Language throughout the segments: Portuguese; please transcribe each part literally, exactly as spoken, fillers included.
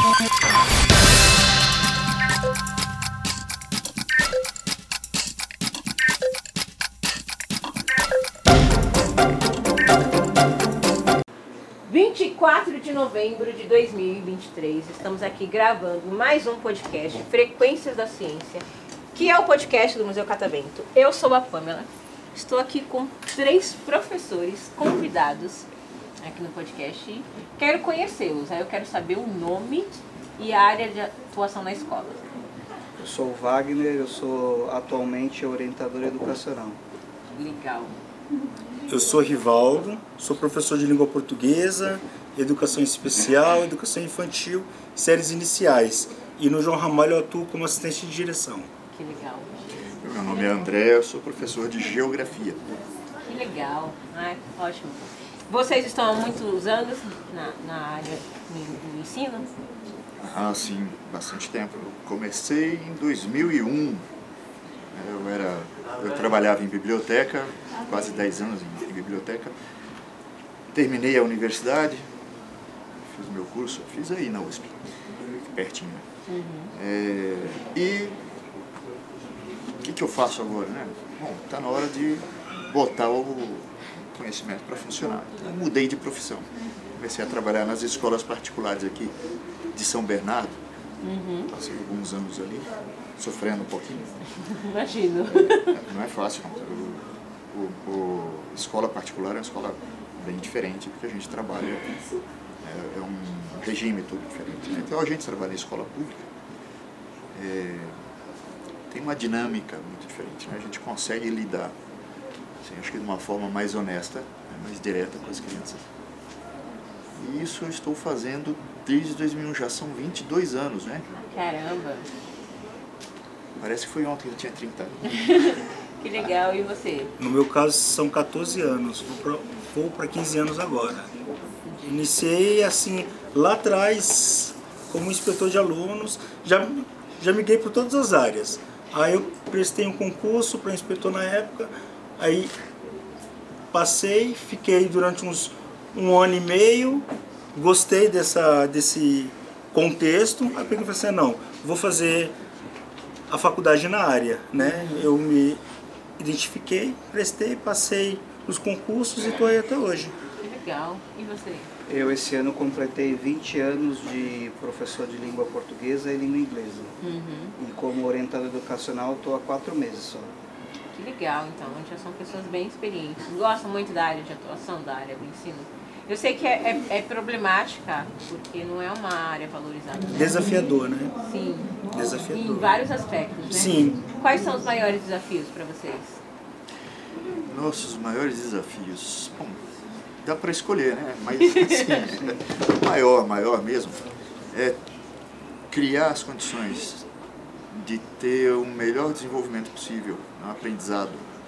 vinte e quatro de novembro de dois mil e vinte e três, estamos aqui gravando mais um podcast, Frequências da Ciência, que é o podcast do Museu Catavento. Eu sou a Pamela, estou aqui com três professores convidados aqui no podcast e quero conhecê-los. Aí eu quero saber o nome e a área de atuação na escola. Eu sou o Wagner, eu sou atualmente orientador educacional. Legal. Eu sou Rivaldo, sou professor de língua portuguesa, educação especial, educação infantil, séries iniciais. E no João Ramalho eu atuo como assistente de direção. Que legal. Meu nome é André, eu sou professor de geografia. Que legal. Ai, ótimo. Vocês estão há muitos anos na, na área do ensino? Ah, sim, bastante tempo. Eu comecei em dois mil e um. Eu, era, eu trabalhava em biblioteca, quase dez anos em, em biblioteca. Terminei a universidade, fiz o meu curso, fiz aí na U S P, pertinho. Uhum. É, e o que, que eu faço agora, né? Bom, está na hora de botar o conhecimento para funcionar. Eu mudei de profissão. Comecei a trabalhar nas escolas particulares aqui de São Bernardo. Uhum. Passei alguns anos ali, sofrendo um pouquinho. Imagino. Não é fácil, não. O, o, o, escola particular é uma escola bem diferente, porque a gente trabalha, é, é um regime todo diferente. Né? Então a gente trabalha em escola pública, é, tem uma dinâmica muito diferente. Né? A gente consegue lidar, assim, acho que de uma forma mais honesta, né? Mais direta com as crianças. E isso eu estou fazendo desde dois mil e um, já são vinte e dois anos, né? Caramba! Parece que foi ontem que eu tinha trinta anos. Que legal, e você? No meu caso são quatorze anos, vou para quinze anos agora. Iniciei assim, lá atrás, como inspetor de alunos, já, já migrei por todas as áreas. Aí eu prestei um concurso para inspetor na época, aí passei, fiquei durante uns um ano e meio, gostei dessa, desse contexto, aí peguei e falei assim, não, vou fazer a faculdade na área, né? Eu me identifiquei, prestei, passei nos concursos e estou aí até hoje. Legal. E você? Eu esse ano completei vinte anos de professor de língua portuguesa e língua inglesa. Uhum. E como orientador educacional estou há quatro meses só. Que legal, então. Já são pessoas bem experientes. Gostam muito da área de atuação, da área do ensino? Eu sei que é, é, é problemática, porque não é uma área valorizada. Né? Desafiador, né? Sim. Desafiador. Em vários aspectos, né? Sim. Quais são os maiores desafios para vocês? Nossos maiores desafios... Bom, dá para escolher, né? Mas, assim, o maior, maior mesmo, é criar as condições de ter o melhor desenvolvimento possível no aprendizado.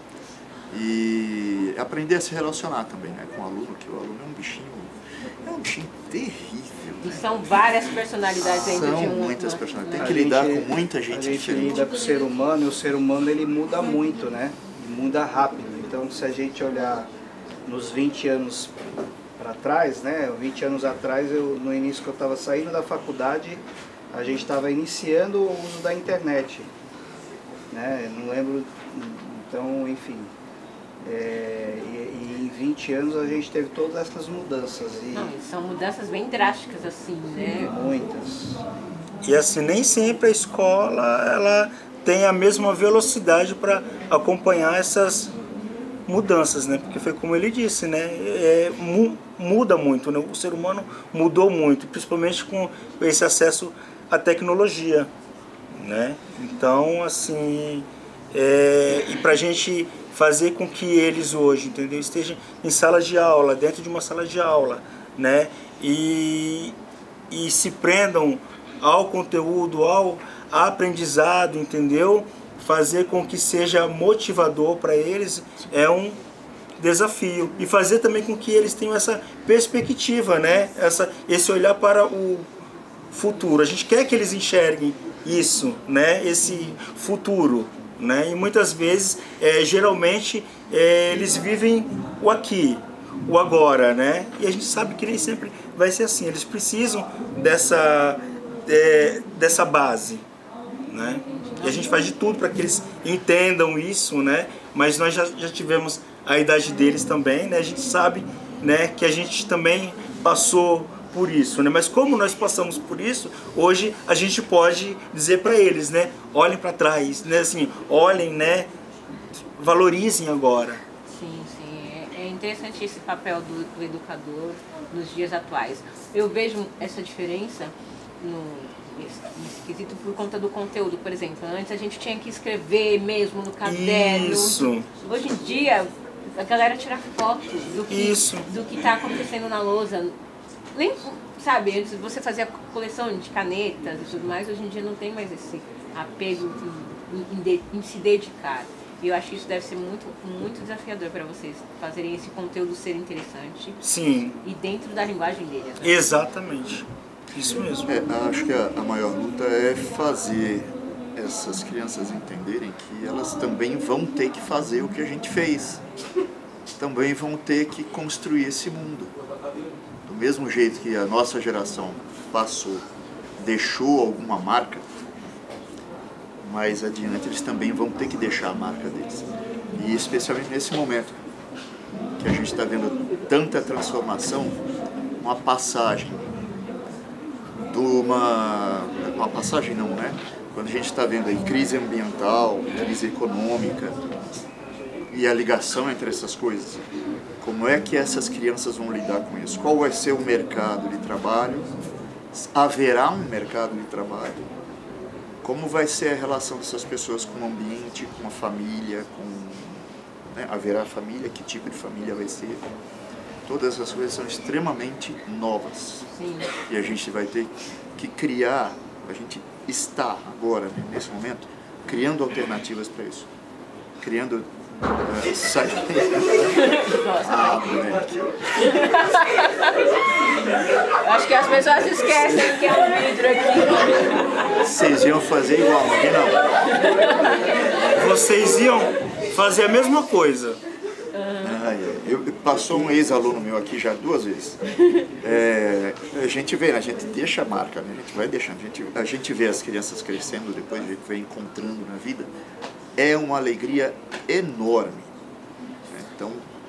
E aprender a se relacionar também, né, com o aluno, que o aluno é um bichinho, é um bichinho terrível. E né? são várias personalidades dentro São de um... muitas uma, personalidades, né? tem que lidar gente, com muita gente A gente diferente. lida com o ser humano e o ser humano ele muda muito, né? E muda rápido. Então se a gente olhar nos vinte anos para trás, né? vinte anos atrás, eu, no início que eu estava saindo da faculdade, a gente estava iniciando o uso da internet. Né? Não lembro, então, enfim... É, e, e em vinte anos a gente teve todas essas mudanças. E Não, são mudanças bem drásticas, assim, né? Muitas. E assim, nem sempre a escola ela tem a mesma velocidade para acompanhar essas mudanças, né? Porque foi como ele disse, né? É, mu, muda muito, né? O ser humano mudou muito, principalmente com esse acesso à tecnologia, né? Então, assim, é, e para a gente fazer com que eles hoje, entendeu, estejam em sala de aula, dentro de uma sala de aula, né, e, e se prendam ao conteúdo, ao aprendizado, entendeu, fazer com que seja motivador para eles é um desafio, e fazer também com que eles tenham essa perspectiva, né, essa, esse olhar para o futuro. A gente quer que eles enxerguem isso, né, esse futuro. Né? E muitas vezes, é, geralmente, é, eles vivem o aqui, o agora, né? E a gente sabe que nem sempre vai ser assim. Eles precisam dessa é, dessa base, né? E a gente faz de tudo para que eles entendam isso, né? Mas nós já, já tivemos a idade deles também, né? A gente sabe, né, que a gente também passou por isso, né? Mas como nós passamos por isso, hoje a gente pode dizer para eles, né? Olhem para trás, né? Assim, olhem, né? Valorizem agora. Sim, sim. É, é interessante esse papel do, do educador nos dias atuais. Eu vejo essa diferença no, nesse, nesse quesito por conta do conteúdo. Por exemplo, antes a gente tinha que escrever mesmo no caderno. Isso. Hoje em dia, a galera tira foto do que Isso. do que está acontecendo na lousa. Nem, sabe, antes você fazia coleção de canetas e tudo mais, hoje em dia não tem mais esse apego em, em, de, em se dedicar. E eu acho que isso deve ser muito, muito desafiador para vocês, fazerem esse conteúdo ser interessante. Sim. E dentro da linguagem deles. Né? Exatamente. Isso mesmo. É, acho que a, a maior luta é fazer essas crianças entenderem que elas também vão ter que fazer o que a gente fez. Também vão ter que construir esse mundo. Do mesmo jeito que a nossa geração passou, deixou alguma marca, mais adiante eles também vão ter que deixar a marca deles. E especialmente nesse momento, que a gente está vendo tanta transformação, uma passagem de uma... Uma passagem não, né? Quando a gente está vendo aí crise ambiental, crise econômica, e a ligação entre essas coisas. Como é que essas crianças vão lidar com isso? Qual vai ser o mercado de trabalho? Haverá um mercado de trabalho? Como vai ser a relação dessas pessoas com o ambiente, com a família? Com, né? Haverá família? Que tipo de família vai ser? Todas essas coisas são extremamente novas. Sim. E a gente vai ter que criar, a gente está agora, né, nesse momento, criando alternativas para isso. Criando... Uh, sai... ah, moleque. Acho que as pessoas esquecem que é um vidro aqui. Vocês iam fazer igual, aqui não. Vocês iam fazer a mesma coisa. Ah, eu, passou um ex-aluno meu aqui já duas vezes. É, a gente vê, a gente deixa a marca, né? A gente vai deixando. A gente, a gente vê as crianças crescendo, depois a gente vai encontrando na vida. É uma alegria enorme. Né? Então,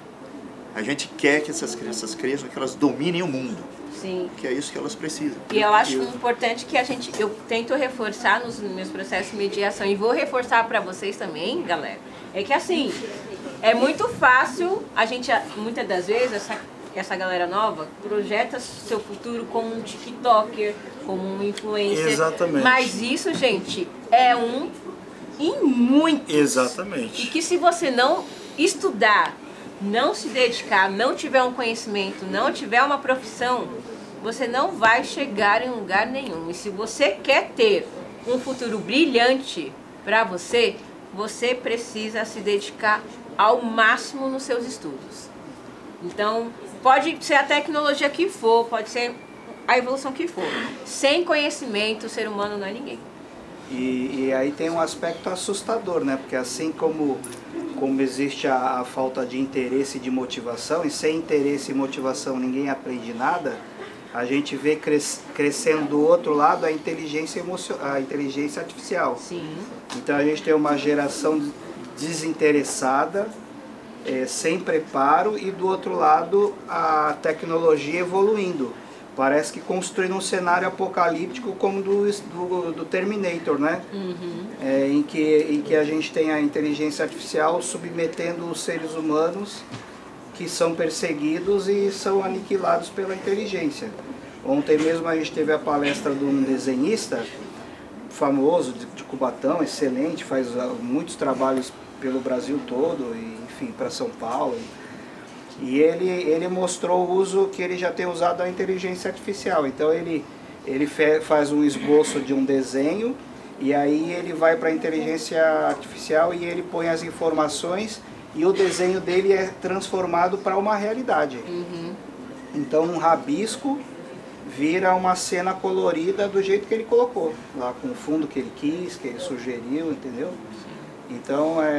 a gente quer que essas crianças cresçam, que elas dominem o mundo. Sim. Que é isso que elas precisam. E eu acho importante que a gente, eu tento reforçar nos meus processos de mediação e vou reforçar para vocês também, galera, é que assim, é muito fácil, a gente, muitas das vezes, essa, essa galera nova projeta seu futuro como um TikToker, como um influencer. Exatamente. Mas isso, gente, é um em muitos. Exatamente. E que se você não estudar, não se dedicar, não tiver um conhecimento, não tiver uma profissão, você não vai chegar em lugar nenhum. E se você quer ter um futuro brilhante para você, você precisa se dedicar ao máximo nos seus estudos. Então, pode ser a tecnologia que for, pode ser a evolução que for. Sem conhecimento, o ser humano não é ninguém. E, e aí tem um aspecto assustador, né? Porque assim como, como existe a, a falta de interesse e de motivação, e sem interesse e motivação ninguém aprende nada, a gente vê cres, crescendo do outro lado a inteligência, emocio, a inteligência artificial. Sim. Então a gente tem uma geração desinteressada, é, sem preparo, e do outro lado a tecnologia evoluindo. Parece que construindo um cenário apocalíptico como do, do, do Terminator, né? Uhum. É, em, que, em que a gente tem a inteligência artificial submetendo os seres humanos que são perseguidos e são aniquilados pela inteligência. Ontem mesmo a gente teve a palestra de um desenhista famoso, de, de Cubatão, excelente, faz muitos trabalhos pelo Brasil todo, e, enfim, para São Paulo. E ele, ele mostrou o uso que ele já tem usado da inteligência artificial. Então ele, ele fe, faz um esboço de um desenho, e aí ele vai para a inteligência artificial e ele põe as informações, e o desenho dele é transformado para uma realidade. Uhum. Então um rabisco vira uma cena colorida do jeito que ele colocou, lá com o fundo que ele quis, que ele sugeriu, entendeu? Então é,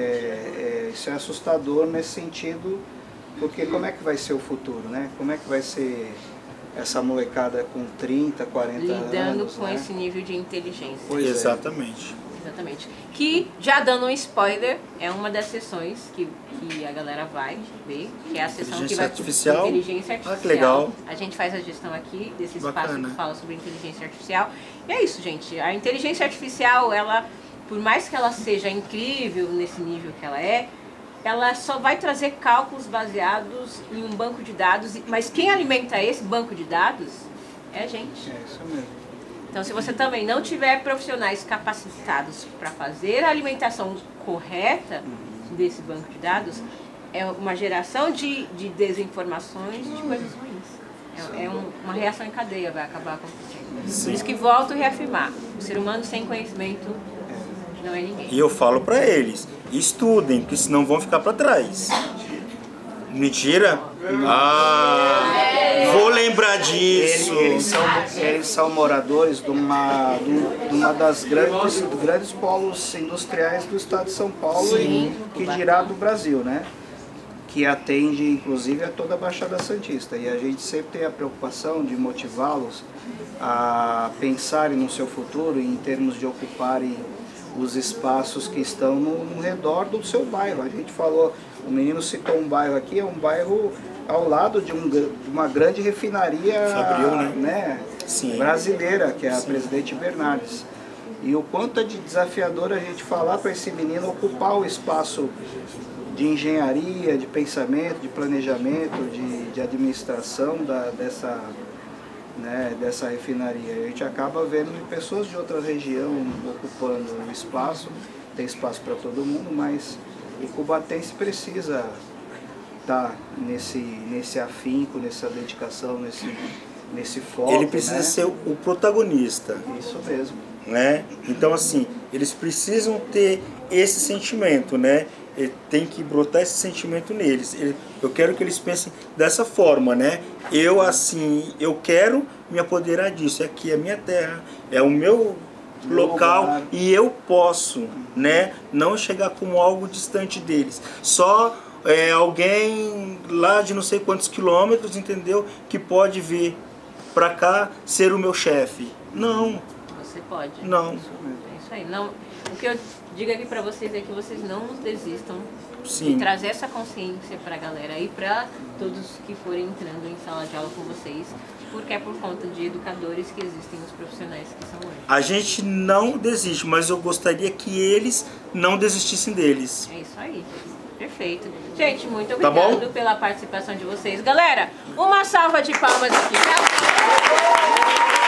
é, isso é assustador nesse sentido, porque como é que vai ser o futuro, né? Como é que vai ser essa molecada com trinta, quarenta anos. Lidando com né? esse nível de inteligência. Pois é. Exatamente. Exatamente. Que, já dando um spoiler, é uma das sessões que, que a galera vai ver, que é a sessão que vai artificial. inteligência artificial. Ah, que legal. A gente faz a gestão aqui desse espaço Bacana. que fala sobre inteligência artificial. E é isso, gente. A inteligência artificial, ela, por mais que ela seja incrível nesse nível que ela é, ela só vai trazer cálculos baseados em um banco de dados, mas quem alimenta esse banco de dados é a gente. É isso mesmo. Então, se você também não tiver profissionais capacitados para fazer a alimentação correta desse banco de dados, é uma geração de, de desinformações e de coisas ruins. É, é um, uma reação em cadeia vai acabar acontecendo. Sim. Por isso que volto a reafirmar, o ser humano sem conhecimento não é ninguém. E eu falo para eles, estudem, porque senão vão ficar para trás. Mentira? Ah, vou lembrar disso. Eles, eles, são, eles são moradores de uma, de uma das grandes, grandes polos industriais do estado de São Paulo Sim. e que dirá do Brasil, né? Que atende inclusive a toda a Baixada Santista. E a gente sempre tem a preocupação de motivá-los a pensarem no seu futuro em termos de ocuparem os espaços que estão no, no redor do seu bairro. A gente falou, o menino citou um bairro aqui, é um bairro ao lado de, um, de uma grande refinaria Fabril, né? né, Sim. brasileira, que é a Sim. Presidente Bernardes. E o quanto é de desafiador a gente falar para esse menino ocupar o espaço de engenharia, de pensamento, de planejamento, de, de administração da, dessa, né, dessa refinaria. A gente acaba vendo pessoas de outra região ocupando o espaço, tem espaço para todo mundo, mas o cubatense precisa estar nesse, nesse afinco, nessa dedicação, nesse, nesse foco. Ele precisa né? ser o protagonista. Isso mesmo. Né? Então assim, eles precisam ter esse sentimento, né? Ele tem que brotar esse sentimento neles. Ele, eu quero que eles pensem dessa forma, né? Eu assim, eu quero me apoderar disso. Aqui é a minha terra, é o meu local lugar. E eu posso, né? Não chegar como algo distante deles. Só é, alguém lá de não sei quantos quilômetros, entendeu? Que pode vir para cá ser o meu chefe. Não. Você pode. Não. É isso aí. Não, o que eu digo aqui pra vocês é que vocês não desistam Sim. de trazer essa consciência pra galera e pra todos que forem entrando em sala de aula com vocês, porque é por conta de educadores que existem os profissionais que são hoje. A gente não desiste, mas eu gostaria que eles não desistissem deles. É isso aí. Perfeito. Gente, muito Tá bom? obrigado pela participação de vocês. Galera, uma salva de palmas aqui.